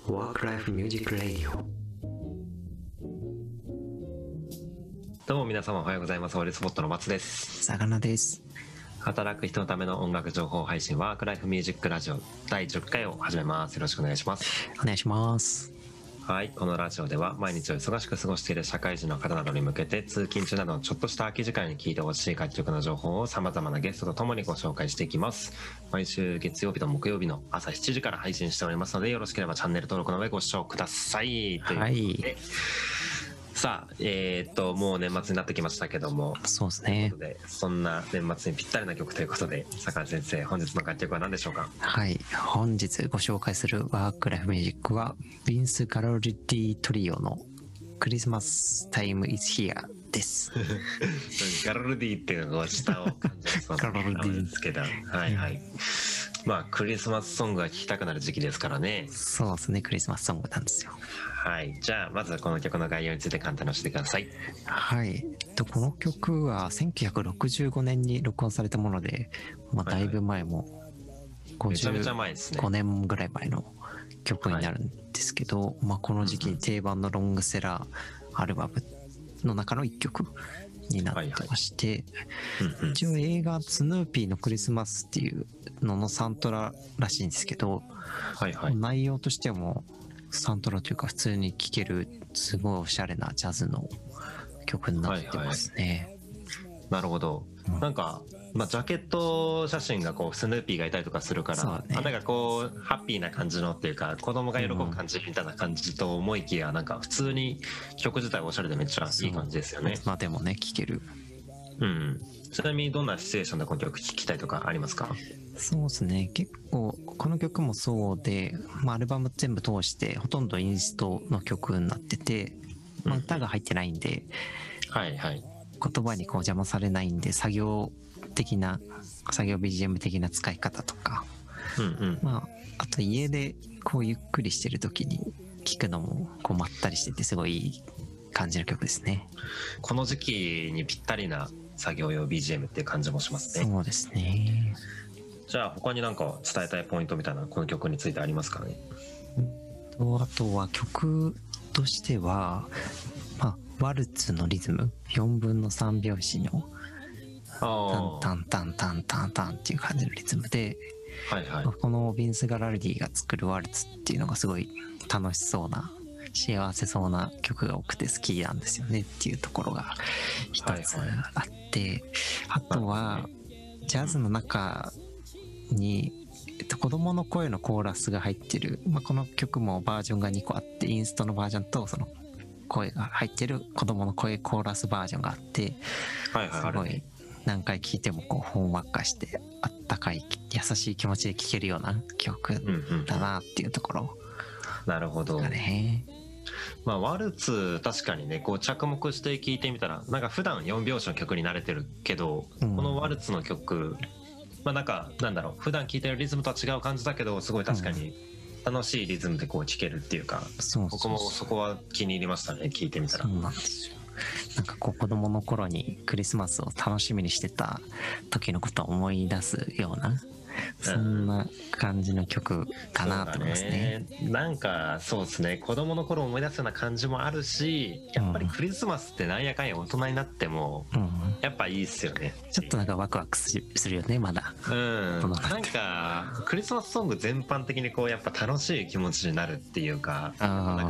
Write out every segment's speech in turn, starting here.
Work Life Music Radio。 どうも皆様おはようございます。オールスポットの松です。 魚です。 働く人のための音楽情報配信ワークライフミュージックラジオ第10回を始めます。よろしくお願いします。 お願いします。 はい、このラジオでは毎日を忙しく過ごしている社会人の方などに向けて通勤中などのちょっとした空き時間に聴いてほしい楽曲の情報を様々なゲストとともにご紹介していきます。毎週月曜日と木曜日の朝7時から配信しておりますので、よろしければチャンネル登録の上ご視聴ください。ということで、はい、さあ、もう年末になってきましたけども、 そうですね。 ということでそんな年末にぴったりな曲ということで、坂先生、本日の楽曲は何でしょうか？ はい、本日ご紹介するワークライフミュージックはヴィンス・ガロルディトリオのクリスマスタイムイズヒアです。 ガロルディっていうのが下を感じますガロルディですけど、はいはい。まあクリスマスソングが聴きたくなる時期ですからね。 そうですね、クリスマスソングなんですよ。 はい、じゃあまずはこの曲の概要について簡単に教えてください。 はい、この曲は1965年に録音されたもので、まあ、だいぶ前も55年ぐらい前の曲になるんですけど、はい、まあ、この時期に定番のロングセラーアルバムの中の1曲になってまして、一応映画スヌーピーのクリスマスっていうののサントラらしいんですけど、はいはい、内容としてもサントラというか普通に聴けるすごいおしゃれなジャズの曲になってますね。 はいはい、なるほど。なんか、まあ、ジャケット写真がこうスヌーピーがいたりとかするから、ね、なんかこうハッピーな感じのっていうか子供が喜ぶ感じみたいな感じと思いきや、なんか普通に曲自体おしゃれでめっちゃいい感じですよね。 まあでもね、聴ける。 うん。ちなみにどんなシチュエーションでこの曲聴きたいとかありますか？ そうですね、結構この曲もそうで、まあ、アルバム全部通してほとんどインストの曲になってて、まあ、歌が入ってないんで、 はいはい、 言葉にこう邪魔されないんで、作業 BGM 的な使い方とか、まあ、あと家でこうゆっくりしてる時に聴くのもこうまったりしててすごいいい感じの曲ですね。 この時期にぴったりな作業用 BGM っていう感じもしますね。 そうですね。 じゃあ他に何か伝えたいポイントみたいなこの曲についてありますかね？ あとは曲としては、まあ、ワルツのリズム4分の3拍子のタンタンタンタンタンっていう感じのリズムで、はいはい、このヴィンス・ガラルディが作るワルツっていうのがすごい楽しそうな幸せそうな曲が多くて好きなんですよねっていうところが一つあって、はいはい、あとはジャズの中に子供の声のコーラスが入ってる、まあ、この曲もバージョンが2個あって、インストのバージョンとその声が入ってる子供の声コーラスバージョンがあって、すごい何回聴いてもこうほんわかしてあったかい優しい気持ちで聴けるような曲だなっていうところ、 なるほどね。まあ、ワルツ確かにねこう着目して聴いてみたらなんか普段4拍子の曲に慣れてるけど、このワルツの曲、まあ、なんだろう、普段聴いてるリズムとは違う感じだけどすごい確かに楽しいリズムでこう聴けるっていうか、僕もそこは気に入りましたね、聴いてみたら。 そうなんですよ。なんかこう子供の頃にクリスマスを楽しみにしてた時のことを思い出すような、そんな感じの曲かなと思いますね。 なんかそうですね、子供の頃思い出すような感じもあるし、やっぱりクリスマスってなんやかんや大人になってもやっぱいいっすよね。 ちょっとなんかワクワクするよね、まだ。 なんかクリスマスソング全般的にこうやっぱ楽しい気持ちになるっていうか、なんか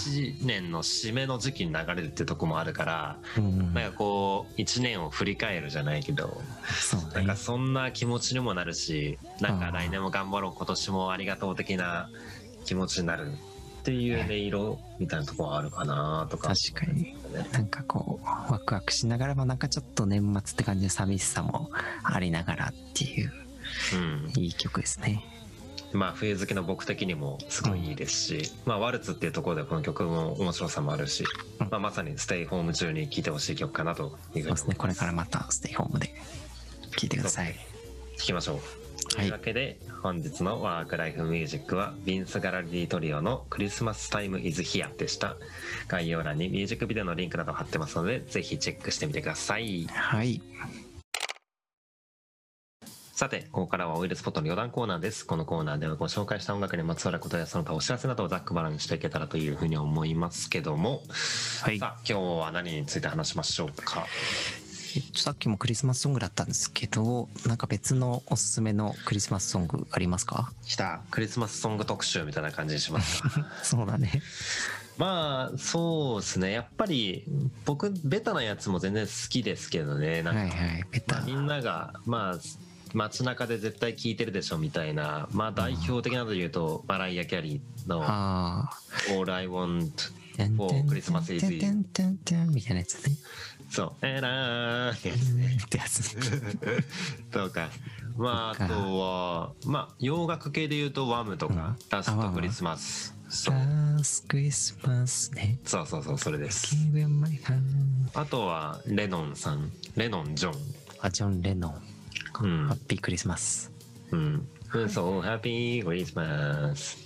1年の締めの時期に流れるっていうとこもあるから、なんかこう1年を振り返るじゃないけど、なんかそんな気持ちにもなるし、なんか来年も頑張ろう、今年もありがとう的な気持ちになるっていう音色みたいなところはあるかなとか。 確かになんかこうワクワクしながらもなんかちょっと年末って感じの寂しさもありながらっていう、いい曲ですね。 まあ冬好きの僕的にもすごいいいですし、まあワルツっていうところでこの曲も面白さもあるし、まあまさにステイホーム中に聴いてほしい曲かなというふうに思います。そうですね、 これからまたステイホームで聴いてください。 聴きましょう。というわけで本日のワークライフミュージックはヴィンス・ガラルディトリオのクリスマスタイムイズヒアでした。概要欄にミュージックビデオのリンクなど貼ってますのでぜひチェックしてみてください。 はい。 さて、ここからはオイルスポットの余談コーナーです。このコーナーではご紹介した音楽にまつわることやその他お知らせなどをざっくばらんにしていけたらというふうに思いますけども、はい、さあ今日は何について話しましょうか。 さっきもクリスマスソングだったんですけど、なんか別のおすすめのクリスマスソングありますか？ 来た、クリスマスソング特集みたいな感じにしますそうだね。 まあそうですね、やっぱり僕ベタなやつも全然好きですけどね。なんか、はいはい、ベタ、みんながまあ街中で絶対聴いてるでしょみたいな、まあ代表的なので言うとマライア・キャリーの All I Want for Christmas is You みたいなやつね。 そうエラーってやつとか、まああとはまあ洋楽系で言うとワムとかラストクリスマス、 ラストクリスマスね。 そうそうそう、それです。あとはレノンさん、レノンジョン、 ジョン・レノン、ハッピークリスマス。 そうハッピークリスマス。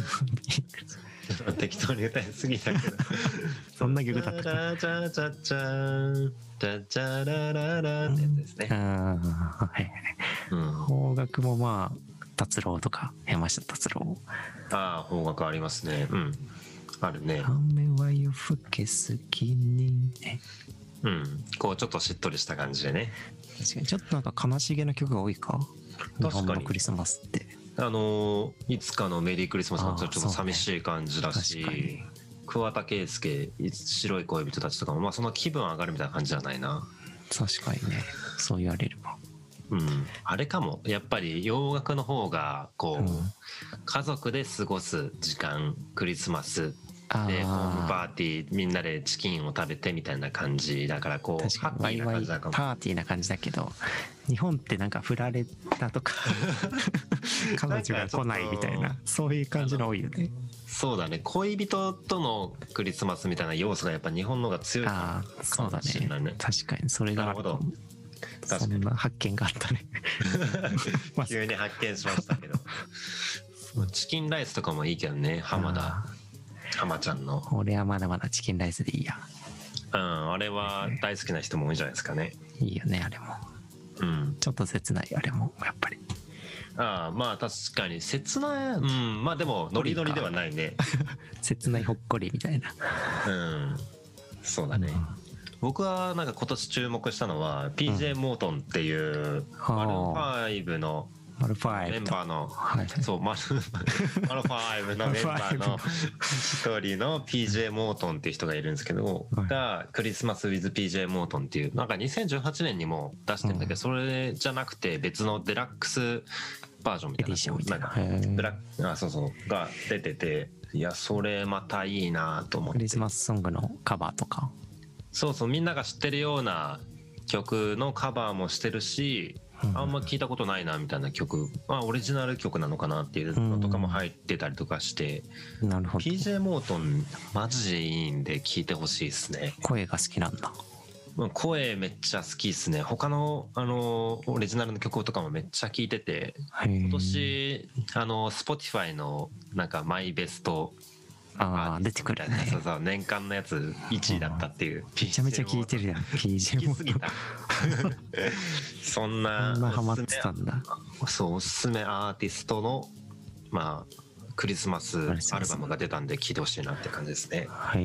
適当に歌いすぎたけどそんな曲だったか。 チャチャチャチャチャチャラララってやつですね。 はいはい。邦楽もまあ達郎とか山下達郎。 ああ、邦楽ありますね。あるね。 雨は夜更け好きにね。 こうちょっとしっとりした感じでね。 確かにちょっとなんか悲しげな曲が多いか。日本のクリスマスって。 いつかのメリークリスマスもちょっと寂しい感じだし、桑田佳祐白い恋人たちとかもまあその気分上がるみたいな感じじゃないな。 確かにね、そう言われれば。 あれかも、やっぱり洋楽の方がこう、家族で過ごす時間、クリスマスでホームパーティーみんなでチキンを食べてみたいな感じだから、こうハッピーな感じだかも。 パーティーな感じだけど、日本ってなんか振られたとか彼女が来ないみたいな、そういう感じの多いよね。 そうだね、恋人とのクリスマスみたいな要素がやっぱ日本の方が強いかもしれないね。 確かにそれがあるかも。そんな発見があったね急に発見しましたけどチキンライスとかもいいけどね、浜ちゃんの。 俺はまだまだチキンライスでいいや。 あれは大好きな人も多いんじゃないですかね。 いいよね、あれも。ちょっと切ない、あれもやっぱり。 まあ確かに切ない。まあでもノリノリではないね切ないほっこりみたいな。 そうだね。僕はなんか今年注目したのは PJ モートンっていうマルファイブのメンバーの、そうマルファイブのメンバーの一人の PJ モートンっていう人がいるんですけど、がクリスマス with PJ モートンっていうなんか2018年にも出してるんだけど、それじゃなくて別のデラックスバージョンみたいな、そうそうが出てて、いやそれまたいいなと思って。 クリスマスソングのカバーとか、 そうそう、みんなが知ってるような曲のカバーもしてるし、あんま聞いたことないなみたいな曲、オリジナル曲なのかなっていうのとかも入ってたりとかして、 なるほど。 PJ モートンマジでいいんで聞いてほしいですね。 声が好きなんだ。 声めっちゃ好きですね。他のオリジナルの曲とかもめっちゃ聞いてて、今年Spotify のなんかマイベスト出てくるね。 そうそう、年間のやつ1位だったっていう。 めちゃめちゃ聞いてるやん PJ も。 聞きすぎたそんなハマってたんだ。 そう、おすすめアーティストのまあクリスマスアルバムが出たんで聴いてほしいなって感じですね。 はい。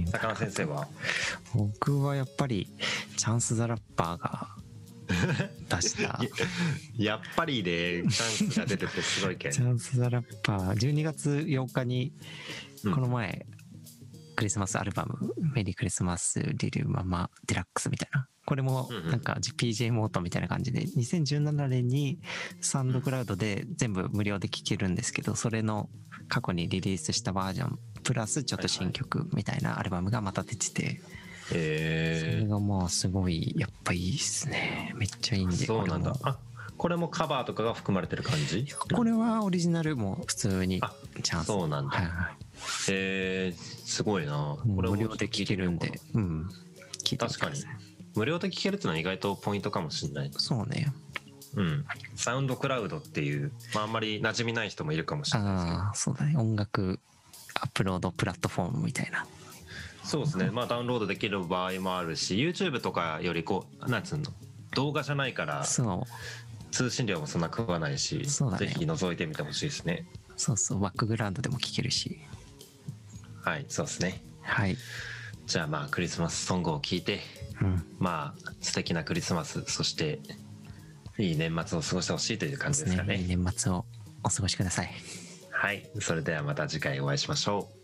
坂野先生は？ 僕はやっぱりチャンス・ザ・ラッパーが出したやっぱりでチャンスが出ててすごいけどチャンス・ザ・ラッパー12月8日にこの前、クリスマスアルバムメリークリスマスリルママデラックスみたいな、これもなんか PJ モートみたいな感じで2017年にサウンドクラウドで全部無料で聴けるんですけど、それの過去にリリースしたバージョンプラスちょっと新曲みたいなアルバムがまた出てて、それがまあすごいやっぱいいっすね。めっちゃいいんで。 そうなんだ。これもカバーとかが含まれてる感じ？ これはオリジナルも普通にチャンス。 そうなんだ。すごいな。 これ無料で聴けるんで、聞いてみてください。 確かに無料で聴けるっていうのは意外とポイントかもしれない。 そうね。 サウンドクラウドっていう、あんまり馴染みない人もいるかもしれないですけど。 そうだね。音楽アップロードプラットフォームみたいな。 そうですね。ダウンロードできる場合もあるし、 YouTube とかよりこうなんつうの、動画じゃないから、 そう通信料もそんな食わないし、 そうだね、 ぜひ覗いてみてほしいですね。 そうそう、バックグラウンドでも聴けるし。 はい、そうですね。 はい。 じゃあまあクリスマスソングを聴いて、まあ素敵なクリスマス、そしていい年末を過ごしてほしいという感じですかね。 いい年末をお過ごしください。 はい、それではまた次回お会いしましょう。